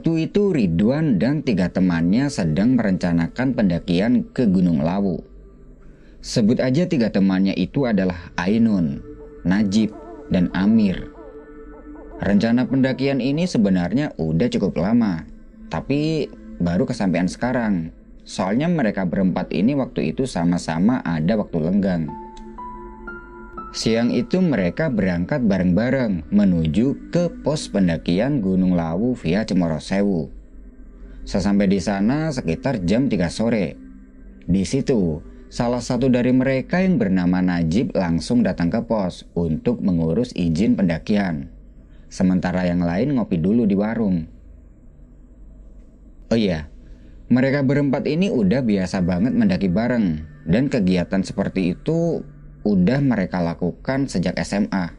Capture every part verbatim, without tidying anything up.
Waktu itu Ridwan dan tiga temannya sedang merencanakan pendakian ke Gunung Lawu. Sebut aja tiga temannya itu adalah Ainun, Najib, dan Amir. Rencana pendakian ini sebenarnya udah cukup lama, tapi baru kesampaian sekarang. Soalnya mereka berempat ini waktu itu sama-sama ada waktu lenggang. Siang itu mereka berangkat bareng-bareng menuju ke pos pendakian Gunung Lawu via Cemoro Sewu. Sesampai di sana sekitar jam tiga sore. Di situ, salah satu dari mereka yang bernama Najib langsung datang ke pos untuk mengurus izin pendakian. Sementara yang lain ngopi dulu di warung. Oh iya, mereka berempat ini udah biasa banget mendaki bareng, dan kegiatan seperti itu udah mereka lakukan sejak S M A.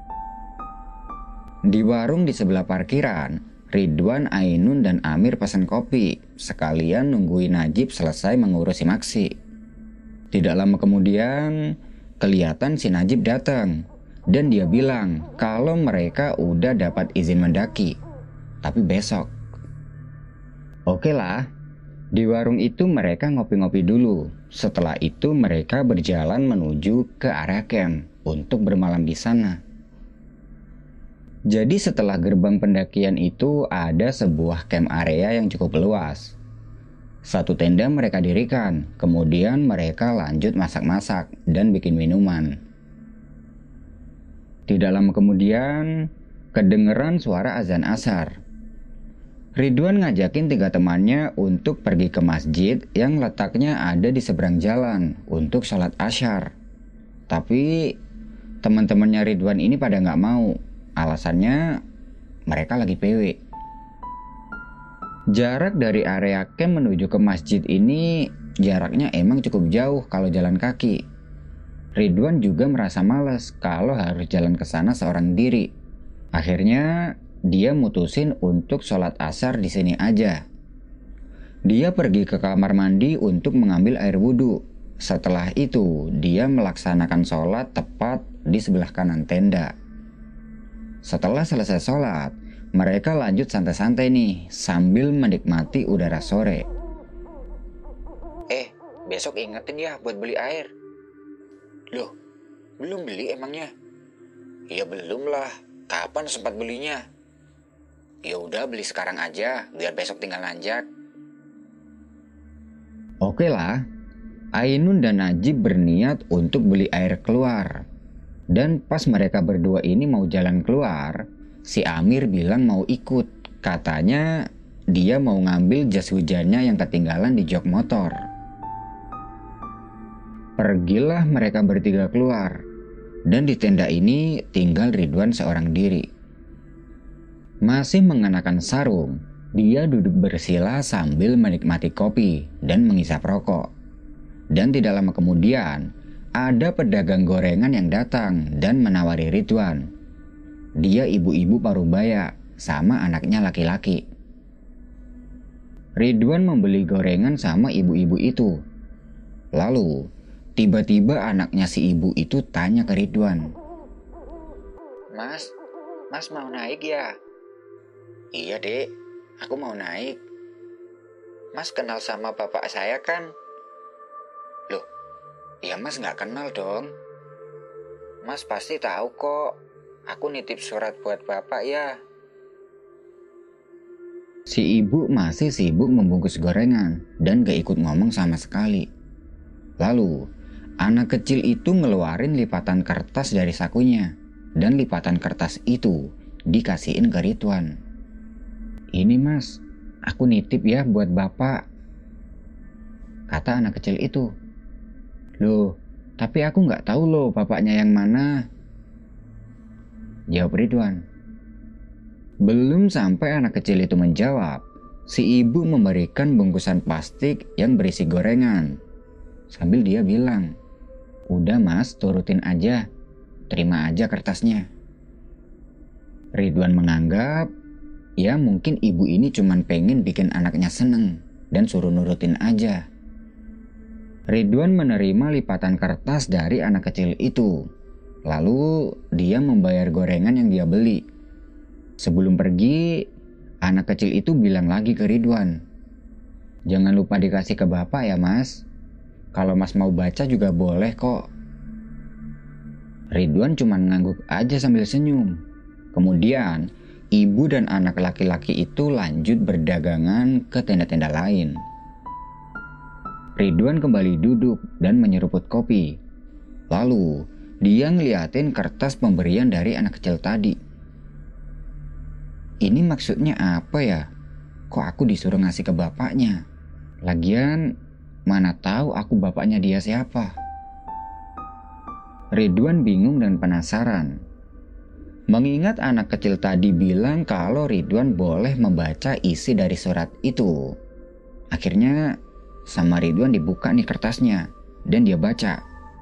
Di warung di sebelah parkiran, Ridwan, Ainun, dan Amir pesan kopi, sekalian nungguin Najib selesai mengurus si Maksi. Tidak lama kemudian, kelihatan si Najib datang, dan dia bilang kalau mereka udah dapat izin mendaki, tapi besok. Oke lah, di warung itu mereka ngopi-ngopi dulu. Setelah itu mereka berjalan menuju ke area camp untuk bermalam di sana. Jadi setelah gerbang pendakian itu ada sebuah camp area yang cukup luas. Satu tenda mereka dirikan, kemudian mereka lanjut masak-masak dan bikin minuman. Tidak lama kemudian, kedengeran suara azan asar. Ridwan ngajakin tiga temannya untuk pergi ke masjid yang letaknya ada di seberang jalan untuk sholat asyar. Tapi teman-temannya Ridwan ini pada nggak mau. Alasannya mereka lagi P W. Jarak dari area camp menuju ke masjid ini jaraknya emang cukup jauh kalau jalan kaki. Ridwan juga merasa malas kalau harus jalan ke sana seorang diri. Akhirnya dia mutusin untuk sholat asar di sini aja. Dia pergi ke kamar mandi untuk mengambil air wudhu. Setelah itu, dia melaksanakan sholat tepat di sebelah kanan tenda. Setelah selesai sholat, mereka lanjut santai-santai nih sambil menikmati udara sore. Eh, besok ingetin ya buat beli air. Loh, belum beli emangnya? Ya belum lah, kapan sempat belinya? Ya udah beli sekarang aja, biar besok tinggal nanjak. Oke lah, Ainun dan Najib berniat untuk beli air keluar. Dan pas mereka berdua ini mau jalan keluar, si Amir bilang mau ikut. Katanya dia mau ngambil jas hujannya yang ketinggalan di jok motor. Pergilah mereka bertiga keluar, dan di tenda ini tinggal Ridwan seorang diri. Masih mengenakan sarung, dia duduk bersila sambil menikmati kopi dan mengisap rokok. Dan tidak lama kemudian, ada pedagang gorengan yang datang dan menawari Ridwan. Dia ibu-ibu parubaya sama anaknya laki-laki. Ridwan membeli gorengan sama ibu-ibu itu. Lalu, tiba-tiba anaknya si ibu itu tanya ke Ridwan. Mas, mas mau naik ya? Iya dek, aku mau naik. Mas kenal sama bapak saya kan? Loh, ya mas gak kenal dong. Mas pasti tahu kok, aku nitip surat buat bapak ya. Si ibu masih sibuk membungkus gorengan dan gak ikut ngomong sama sekali. Lalu, anak kecil itu ngeluarin lipatan kertas dari sakunya, dan lipatan kertas itu dikasihin ke Ridwan. Ini mas, aku nitip ya buat bapak, kata anak kecil itu. Loh, tapi aku nggak tahu loh bapaknya yang mana, jawab Ridwan. Belum sampai anak kecil itu menjawab, si ibu memberikan bungkusan plastik yang berisi gorengan. Sambil dia bilang, udah mas, turutin aja, terima aja kertasnya. Ridwan menganggap ya mungkin ibu ini cuman pengen bikin anaknya seneng dan suruh nurutin aja. Ridwan menerima lipatan kertas dari anak kecil itu. Lalu dia membayar gorengan yang dia beli. Sebelum pergi, Anak kecil itu bilang lagi ke Ridwan, "Jangan lupa dikasih ke bapak ya mas. Kalau mas mau baca juga boleh kok." Ridwan cuma ngangguk aja sambil senyum. Kemudian ibu dan anak laki-laki itu lanjut berdagangan ke tenda-tenda lain. Ridwan kembali duduk dan menyeruput kopi. Lalu dia ngeliatin kertas pemberian dari anak kecil tadi. Ini maksudnya apa ya? Kok aku disuruh ngasih ke bapaknya? Lagian mana tahu aku bapaknya dia siapa? Ridwan bingung dan penasaran. Mengingat anak kecil tadi bilang kalau Ridwan boleh membaca isi dari surat itu. Akhirnya sama Ridwan dibuka nih kertasnya dan dia baca.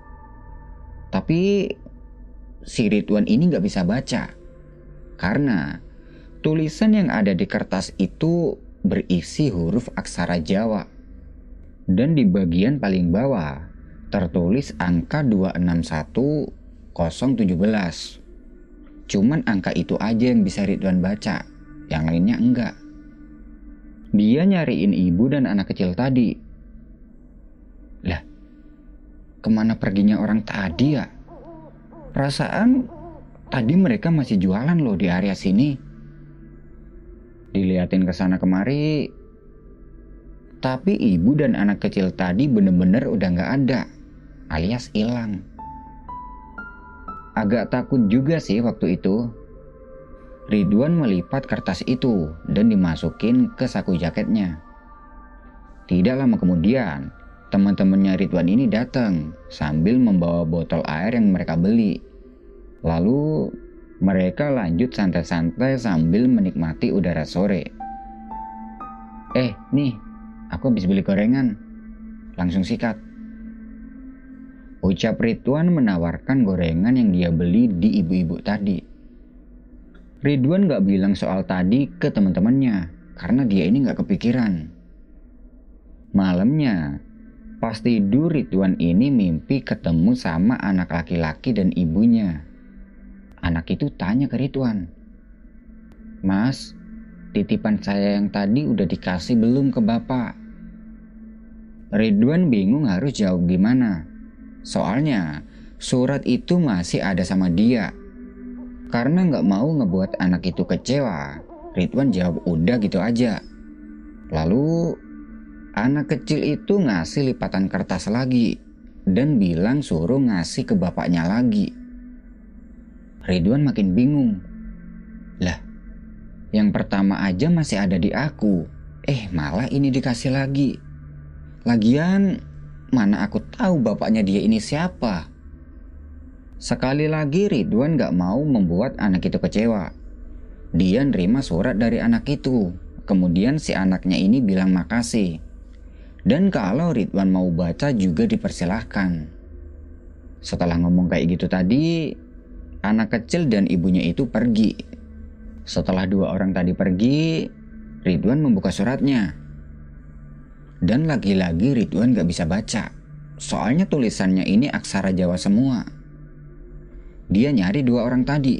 Tapi si Ridwan ini gak bisa baca. Karena tulisan yang ada di kertas itu berisi huruf aksara Jawa. Dan di bagian paling bawah tertulis angka dua enam satu nol satu tujuh. Cuman angka itu aja yang bisa Ridwan baca, yang lainnya enggak. Dia nyariin ibu dan anak kecil tadi. Lah, kemana perginya orang tadi ya? Perasaan tadi mereka masih jualan loh di area sini. Diliatin ke sana kemari, tapi ibu dan anak kecil tadi bener-bener udah gak ada, alias hilang. Agak takut juga sih waktu itu. Ridwan melipat kertas itu dan dimasukin ke saku jaketnya. Tidak lama kemudian, teman-temannya Ridwan ini datang sambil membawa botol air yang mereka beli. Lalu mereka lanjut santai-santai sambil menikmati udara sore. Eh, nih, aku habis beli gorengan. Langsung sikat. Ucap Ridwan menawarkan gorengan yang dia beli di ibu-ibu tadi. Ridwan gak bilang soal tadi ke teman-temannya karena dia ini gak kepikiran. Malamnya, pas tidur Ridwan ini mimpi ketemu sama anak laki-laki dan ibunya. Anak itu tanya ke Ridwan, "Mas, titipan saya yang tadi udah dikasih belum ke bapak?" Ridwan bingung harus jawab gimana. Soalnya surat itu masih ada sama dia. Karena gak mau ngebuat anak itu kecewa, Ridwan jawab udah gitu aja. Lalu anak kecil itu ngasih lipatan kertas lagi dan bilang suruh ngasih ke bapaknya lagi. Ridwan makin bingung. Lah, yang pertama aja masih ada di aku, eh malah ini dikasih lagi. Lagian mana aku tahu bapaknya dia ini siapa? Sekali lagi Ridwan gak mau membuat anak itu kecewa. Dia nerima surat dari anak itu. Kemudian si anaknya ini bilang makasih. Dan kalau Ridwan mau baca juga dipersilahkan. Setelah ngomong kayak gitu tadi, anak kecil dan ibunya itu pergi. Setelah dua orang tadi pergi, Ridwan membuka suratnya. Dan lagi-lagi Ridwan gak bisa baca. Soalnya tulisannya ini aksara Jawa semua. Dia nyari dua orang tadi.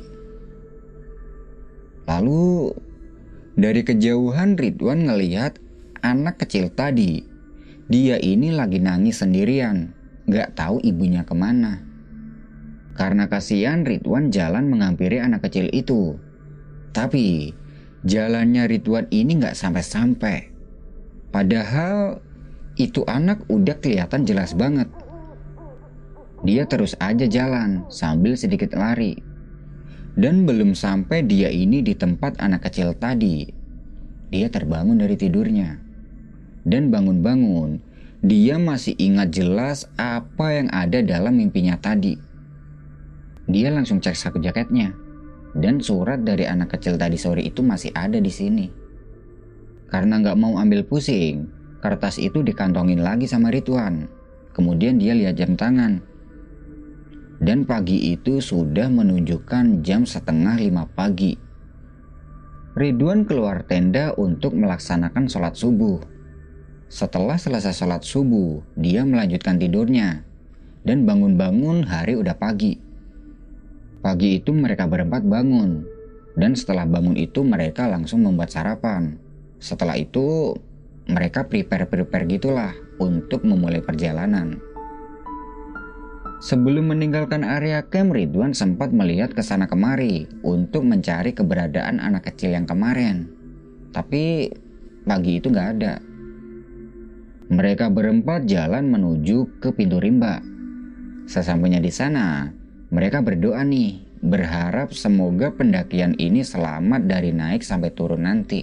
Lalu dari kejauhan Ridwan ngelihat anak kecil tadi. Dia ini lagi nangis sendirian, gak tahu ibunya kemana. Karena kasihan Ridwan jalan menghampiri anak kecil itu. Tapi jalannya Ridwan ini gak sampai-sampai. Padahal itu anak udah kelihatan jelas banget. Dia terus aja jalan sambil sedikit lari. Dan belum sampai dia ini di tempat anak kecil tadi, dia terbangun dari tidurnya. Dan bangun-bangun, dia masih ingat jelas apa yang ada dalam mimpinya tadi. Dia langsung cek saku jaketnya. Dan surat dari anak kecil tadi sore itu masih ada di sini. Karena gak mau ambil pusing, kertas itu dikantongin lagi sama Ridwan. Kemudian dia lihat jam tangan. Dan pagi itu sudah menunjukkan jam setengah lima pagi. Ridwan keluar tenda untuk melaksanakan sholat subuh. Setelah selesai sholat subuh, dia melanjutkan tidurnya. Dan bangun-bangun hari udah pagi. Pagi itu mereka berempat bangun. Dan setelah bangun itu mereka langsung membuat sarapan. Setelah itu mereka prepare-prepare gitulah untuk memulai perjalanan. Sebelum meninggalkan area camp, Ridwan sempat melihat ke sana kemari untuk mencari keberadaan anak kecil yang kemarin. Tapi pagi itu gak ada. Mereka berempat jalan menuju ke pintu rimba. Sesampainya di sana, mereka berdoa nih, berharap semoga pendakian ini selamat dari naik sampai turun nanti.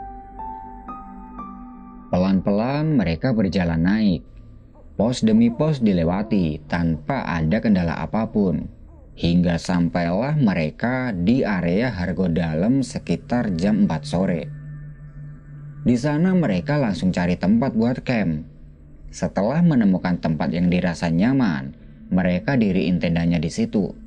Pelan-pelan mereka berjalan naik. Pos demi pos dilewati tanpa ada kendala apapun. Hingga sampailah mereka di area Hargodalam sekitar jam empat sore. Di sana mereka langsung cari tempat buat camp. Setelah menemukan tempat yang dirasa nyaman, mereka diriin tendanya di situ.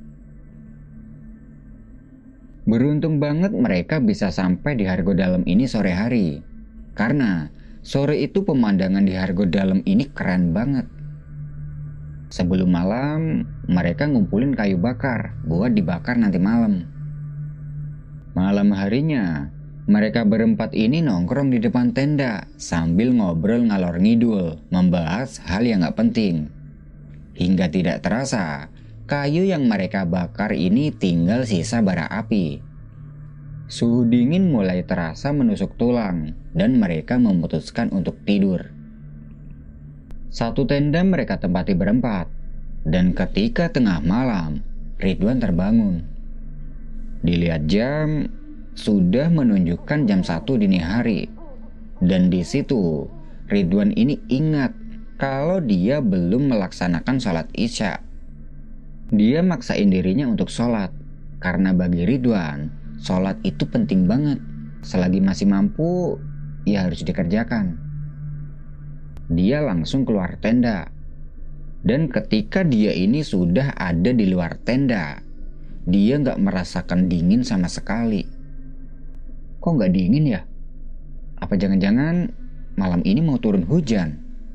Beruntung banget mereka bisa sampai di Hargodalam ini sore hari. Karena sore itu pemandangan di Hargodalam ini keren banget. Sebelum malam, mereka ngumpulin kayu bakar buat dibakar nanti malam. Malam harinya, mereka berempat ini nongkrong di depan tenda sambil ngobrol ngalor ngidul, membahas hal yang gak penting. Hingga tidak terasa, kayu yang mereka bakar ini tinggal sisa bara api. Suhu dingin mulai terasa menusuk tulang dan mereka memutuskan untuk tidur. Satu tenda mereka tempati berempat, dan ketika tengah malam, Ridwan terbangun. Dilihat jam, sudah menunjukkan jam satu dini hari. Dan di situ, Ridwan ini ingat kalau dia belum melaksanakan sholat isya. Dia maksain dirinya untuk sholat, karena bagi Ridwan, sholat itu penting banget. Selagi masih mampu, ya harus dikerjakan. Dia langsung keluar tenda. Dan ketika dia ini sudah ada di luar tenda, dia gak merasakan dingin sama sekali. Kok gak dingin ya? Apa jangan-jangan malam ini mau turun hujan?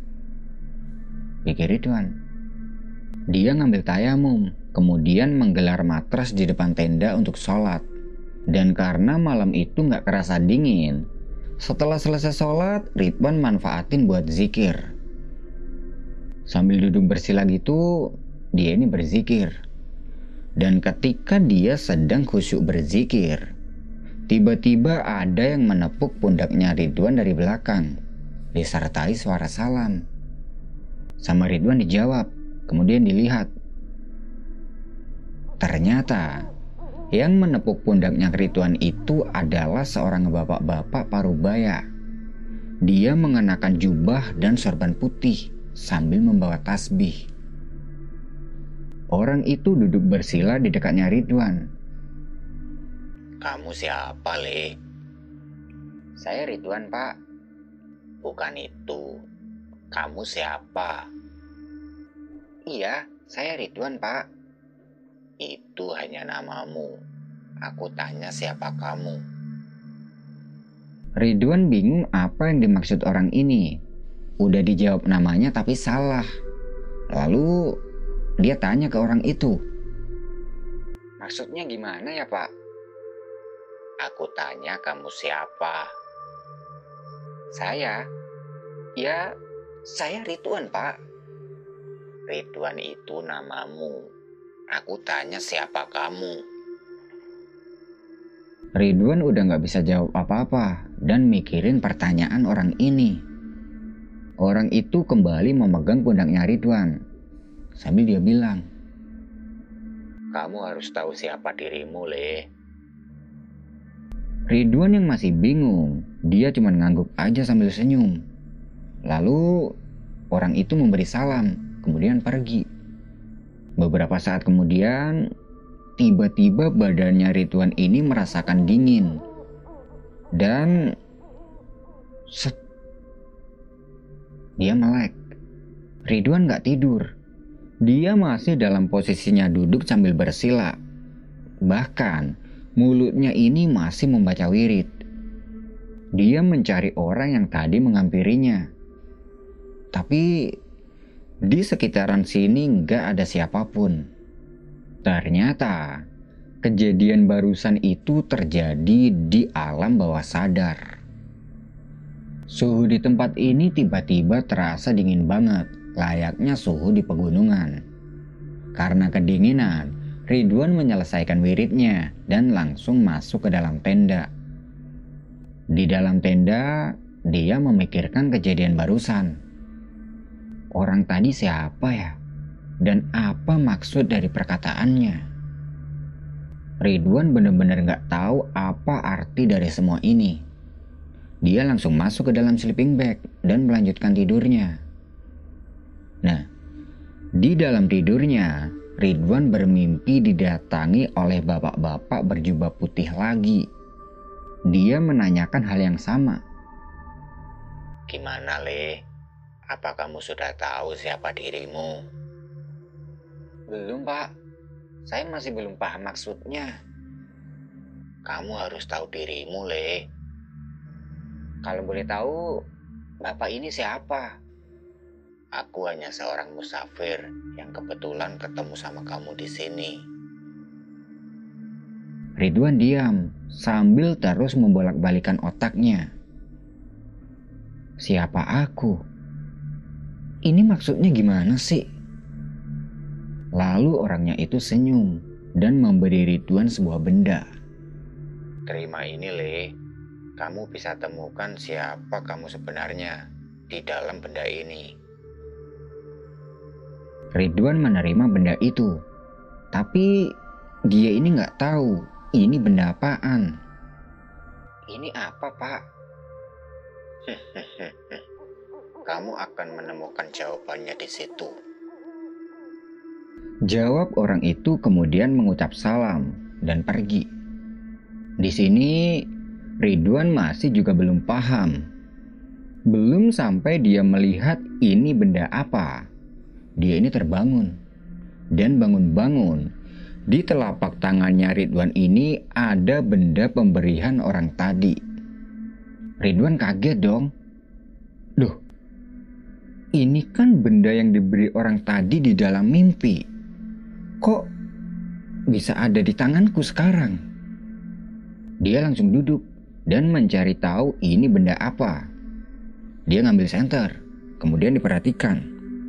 Pikir Ridwan. Dia ngambil tayamum, kemudian menggelar matras di depan tenda untuk sholat. Dan karena malam itu gak kerasa dingin, setelah selesai sholat, Ridwan manfaatin buat zikir. Sambil duduk bersila gitu, dia ini berzikir. Dan ketika dia sedang khusyuk berzikir, tiba-tiba ada yang menepuk pundaknya Ridwan dari belakang, disertai suara salam. Sama Ridwan dijawab, kemudian dilihat. Ternyata yang menepuk pundaknya Ridwan itu adalah seorang bapak-bapak parubaya. Dia mengenakan jubah dan sorban putih sambil membawa tasbih. Orang itu duduk bersila di dekatnya Ridwan. Kamu siapa, Le? Saya Ridwan, Pak. Bukan itu. Kamu siapa? Iya, saya Ridwan, Pak. Itu hanya namamu. Aku tanya siapa kamu. Ridwan bingung apa yang dimaksud orang ini. Udah dijawab namanya tapi salah. Lalu dia tanya ke orang itu. Maksudnya gimana ya, Pak? Aku tanya kamu siapa? Saya? Ya, saya Ridwan, Pak. Ridwan itu namamu. Aku tanya siapa kamu? Ridwan udah gak bisa jawab apa-apa dan mikirin pertanyaan orang ini. Orang itu kembali memegang pundaknya Ridwan sambil dia bilang, kamu harus tahu siapa dirimu, Le. Ridwan yang masih bingung, dia cuma ngangguk aja sambil senyum. Lalu orang itu memberi salam, kemudian pergi. Beberapa saat kemudian, tiba-tiba badannya Ridwan ini merasakan dingin. Dan set, dia melek. Ridwan gak tidur. Dia masih dalam posisinya duduk sambil bersila. Bahkan mulutnya ini masih membaca wirid. Dia mencari orang yang tadi menghampirinya. Tapi di sekitaran sini nggak ada siapapun. Ternyata kejadian barusan itu terjadi di alam bawah sadar. Suhu di tempat ini tiba-tiba terasa dingin banget, layaknya suhu di pegunungan. Karena kedinginan, Ridwan menyelesaikan wiridnya dan langsung masuk ke dalam tenda. Di dalam tenda, dia memikirkan kejadian barusan. Orang tadi siapa ya? Dan apa maksud dari perkataannya? Ridwan benar-benar gak tahu apa arti dari semua ini. Dia langsung masuk ke dalam sleeping bag dan melanjutkan tidurnya. Nah, di dalam tidurnya, Ridwan bermimpi didatangi oleh bapak-bapak berjubah putih lagi. Dia menanyakan hal yang sama. Gimana, Le? Apa kamu sudah tahu siapa dirimu? Belum, Pak. Saya masih belum paham maksudnya. Kamu harus tahu dirimu, Le. Kalau boleh tahu, Bapak ini siapa? Aku hanya seorang musafir yang kebetulan ketemu sama kamu di sini. Ridwan diam sambil terus membolak-balikan otaknya. Siapa aku? Ini maksudnya gimana sih? Lalu orangnya itu senyum dan memberi Ridwan sebuah benda. Terima ini, Le. Kamu bisa temukan siapa kamu sebenarnya di dalam benda ini. Ridwan menerima benda itu, tapi dia ini nggak tahu ini benda apaan. Ini apa, Pak? Kamu akan menemukan jawabannya di situ. Jawab orang itu kemudian mengucap salam dan pergi. Di sini Ridwan masih juga belum paham. Belum sampai dia melihat ini benda apa, dia ini terbangun. Dan bangun-bangun, di telapak tangannya Ridwan ini ada benda pemberian orang tadi. Ridwan kaget dong. Loh, ini kan benda yang diberi orang tadi di dalam mimpi. Kok bisa ada di tanganku sekarang? Dia langsung duduk dan mencari tahu ini benda apa. Dia ngambil senter, kemudian diperhatikan.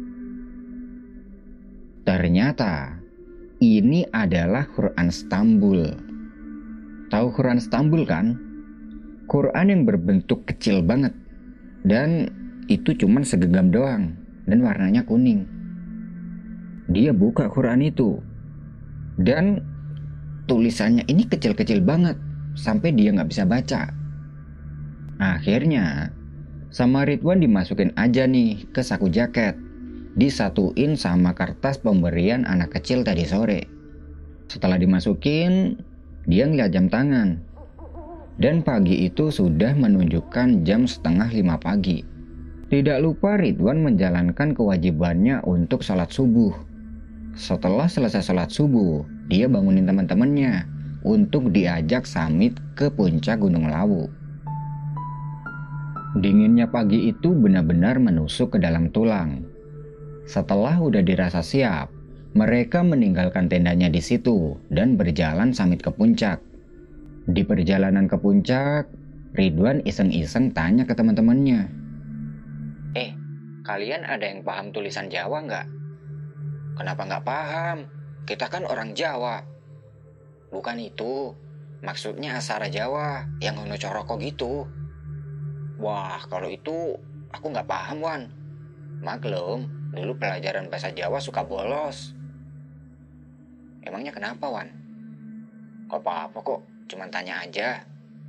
Ternyata ini adalah Quran Stambul. Tahu Quran Stambul kan? Quran yang berbentuk kecil banget. Dan itu cuman segenggam doang dan warnanya kuning. Dia buka Quran itu. Dan tulisannya ini kecil-kecil banget sampai dia nggak bisa baca. Akhirnya sama Ridwan dimasukin aja nih ke saku jaket, disatuin sama kertas pemberian anak kecil tadi sore. Setelah dimasukin, dia ngeliat jam tangan. Dan pagi itu sudah menunjukkan jam setengah lima pagi. Tidak lupa Ridwan menjalankan kewajibannya untuk sholat subuh. Setelah selesai sholat subuh, dia bangunin teman-temannya untuk diajak summit ke puncak Gunung Lawu. Dinginnya pagi itu benar-benar menusuk ke dalam tulang. Setelah udah dirasa siap, mereka meninggalkan tendanya di situ dan berjalan summit ke puncak. Di perjalanan ke puncak, Ridwan iseng-iseng tanya ke teman-temannya. Eh, kalian ada yang paham tulisan Jawa nggak? Kenapa nggak paham? Kita kan orang Jawa. Bukan itu. Maksudnya aksara Jawa yang ngono coroko gitu. Wah, kalau itu aku nggak paham, Wan. Maklum, dulu pelajaran bahasa Jawa suka bolos. Emangnya kenapa, Wan? Gak apa-apa kok, cuman tanya aja.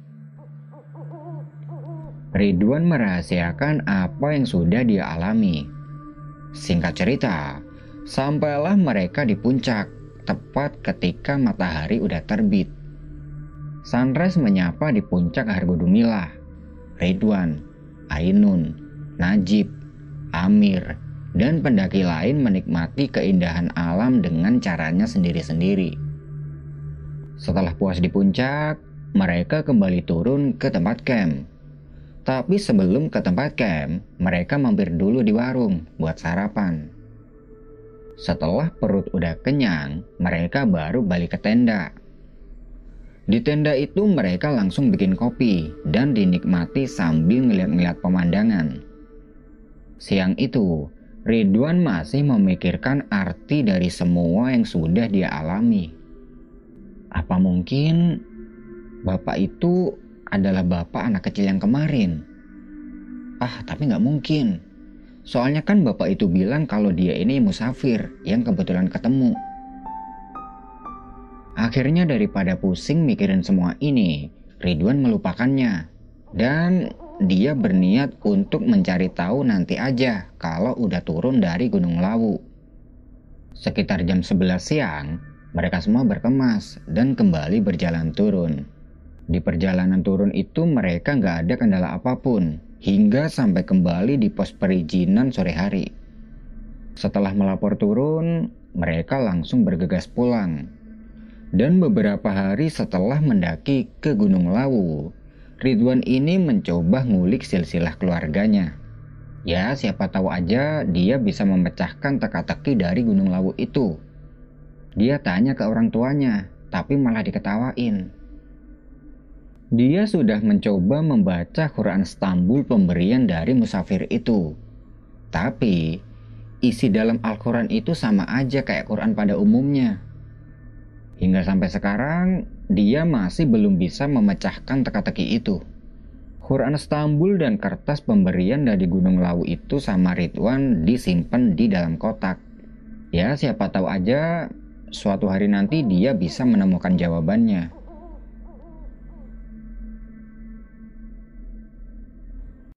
Ridwan merahasiakan apa yang sudah dia alami. Singkat cerita, sampailah mereka di puncak, tepat ketika matahari udah terbit. Sunrise menyapa di puncak Hargodumilah. Ridwan, Ainun, Najib, Amir, dan pendaki lain menikmati keindahan alam dengan caranya sendiri-sendiri. Setelah puas di puncak, mereka kembali turun ke tempat camp. Tapi sebelum ke tempat camp, mereka mampir dulu di warung buat sarapan. Setelah perut udah kenyang, mereka baru balik ke tenda. Di tenda itu mereka langsung bikin kopi dan dinikmati sambil ngeliat-ngeliat pemandangan. Siang itu, Ridwan masih memikirkan arti dari semua yang sudah dia alami. Apa mungkin bapak itu adalah bapak anak kecil yang kemarin? Ah, tapi nggak mungkin. Soalnya kan bapak itu bilang kalau dia ini musafir yang kebetulan ketemu. Akhirnya daripada pusing mikirin semua ini, Ridwan melupakannya. Dan dia berniat untuk mencari tahu nanti aja kalau udah turun dari Gunung Lawu. Sekitar jam sebelas siang, mereka semua berkemas dan kembali berjalan turun. Di perjalanan turun itu mereka nggak ada kendala apapun, hingga sampai kembali di pos perizinan sore hari. Setelah melapor turun, mereka langsung bergegas pulang. Dan beberapa hari setelah mendaki ke Gunung Lawu, Ridwan ini mencoba ngulik silsilah keluarganya. Ya, siapa tahu aja dia bisa memecahkan teka-teki dari Gunung Lawu itu. Dia tanya ke orang tuanya, tapi malah diketawain. Dia sudah mencoba membaca Quran Istanbul pemberian dari musafir itu. Tapi, isi dalam Al-Quran itu sama aja kayak Quran pada umumnya. Hingga sampai sekarang, dia masih belum bisa memecahkan teka-teki itu. Quran Istanbul dan kertas pemberian dari Gunung Lawu itu sama Ridwan disimpan di dalam kotak. Ya, siapa tahu aja suatu hari nanti dia bisa menemukan jawabannya.